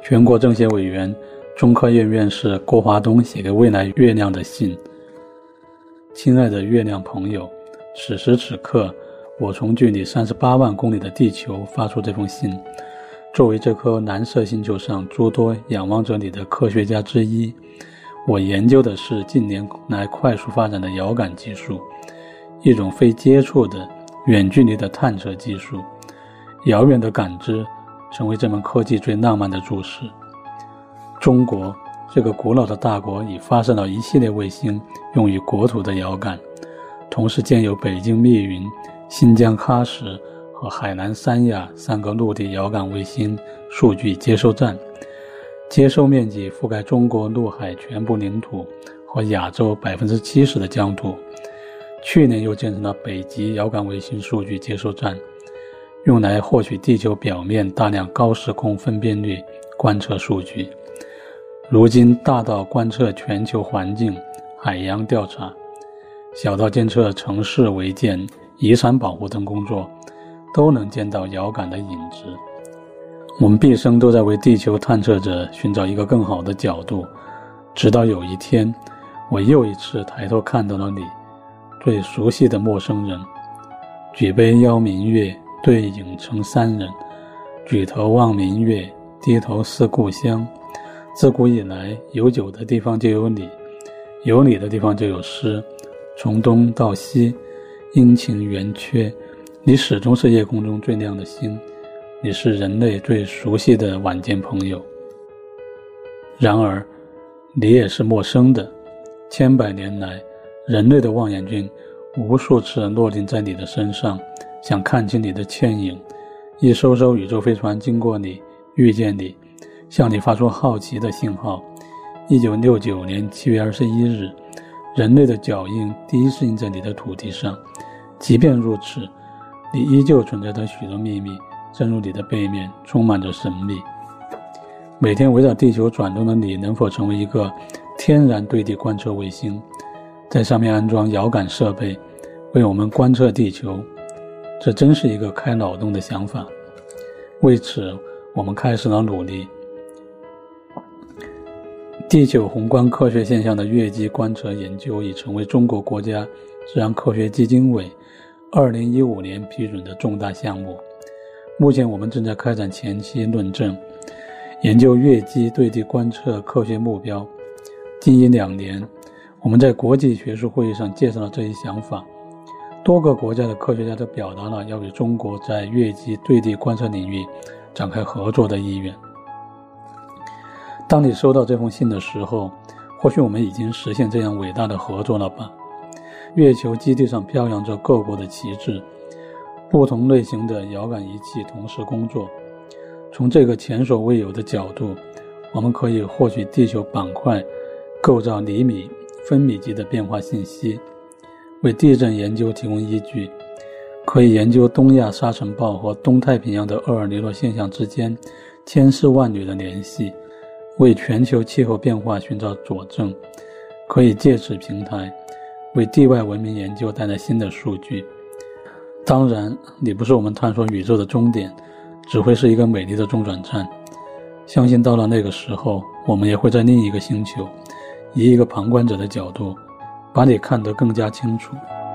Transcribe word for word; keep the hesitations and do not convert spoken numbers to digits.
全国政协委员、中科院院士郭华东写给未来月亮的信。亲爱的月亮朋友，此时此刻，我从距离三十八万公里的地球发出这封信。作为这颗蓝色星球上诸多仰望者里的科学家之一，我研究的是近年来快速发展的遥感技术，一种非接触的远距离的探测技术。遥远的感知成为这门科技最浪漫的注释。中国这个古老的大国已发射了一系列卫星用于国土的遥感，同时建有北京密云、新疆喀什和海南三亚三个陆地遥感卫星数据接收站，接收面积覆盖中国陆海全部领土和亚洲 百分之七十 的疆土。去年又建成了北极遥感卫星数据接收站，用来获取地球表面大量高时空分辨率观测数据。如今大到观测全球环境、海洋调查，小到监测城市违建、遗产保护等工作，都能见到遥感的影子。我们毕生都在为地球探测者寻找一个更好的角度，直到有一天，我又一次抬头看到了你，最熟悉的陌生人。举杯邀明月，对影成三人，举头望明月，低头思故乡。自古以来，有酒的地方就有你，有你的地方就有诗。从东到西，阴晴圆缺，你始终是夜空中最亮的星，你是人类最熟悉的晚间朋友。然而，你也是陌生的。千百年来，人类的望远镜无数次落定在你的身上，想看清你的倩影。一艘艘宇宙飞船经过你，遇见你，向你发出好奇的信号。一九六九年七月二十一日，人类的脚印第一次印在你的土地上。即便如此，你依旧存在着许多秘密，正如你的背面充满着神秘。每天围绕地球转动的你，能否成为一个天然对地观测卫星，在上面安装遥感设备，为我们观测地球？这真是一个开脑洞的想法。为此，我们开始了努力。地球宏观科学现象的月基观测研究已成为中国国家自然科学基金委二零一五年批准的重大项目。目前我们正在开展前期论证，研究月基对地观测科学目标。近一两年，我们在国际学术会议上介绍了这一想法，多个国家的科学家都表达了要与中国在月基对地观测领域展开合作的意愿。当你收到这封信的时候，或许我们已经实现这样伟大的合作了吧。月球基地上飘扬着各国的旗帜，不同类型的遥感仪器同时工作。从这个前所未有的角度，我们可以获取地球板块构造厘米、分米级的变化信息，为地震研究提供依据，可以研究东亚沙尘暴和东太平洋的厄尔尼诺现象之间千丝万缕的联系，为全球气候变化寻找佐证，可以借此平台为地外文明研究带来新的数据。当然，你不是我们探索宇宙的终点，只会是一个美丽的中转站。相信到了那个时候，我们也会在另一个星球，以一个旁观者的角度，把你看得更加清楚。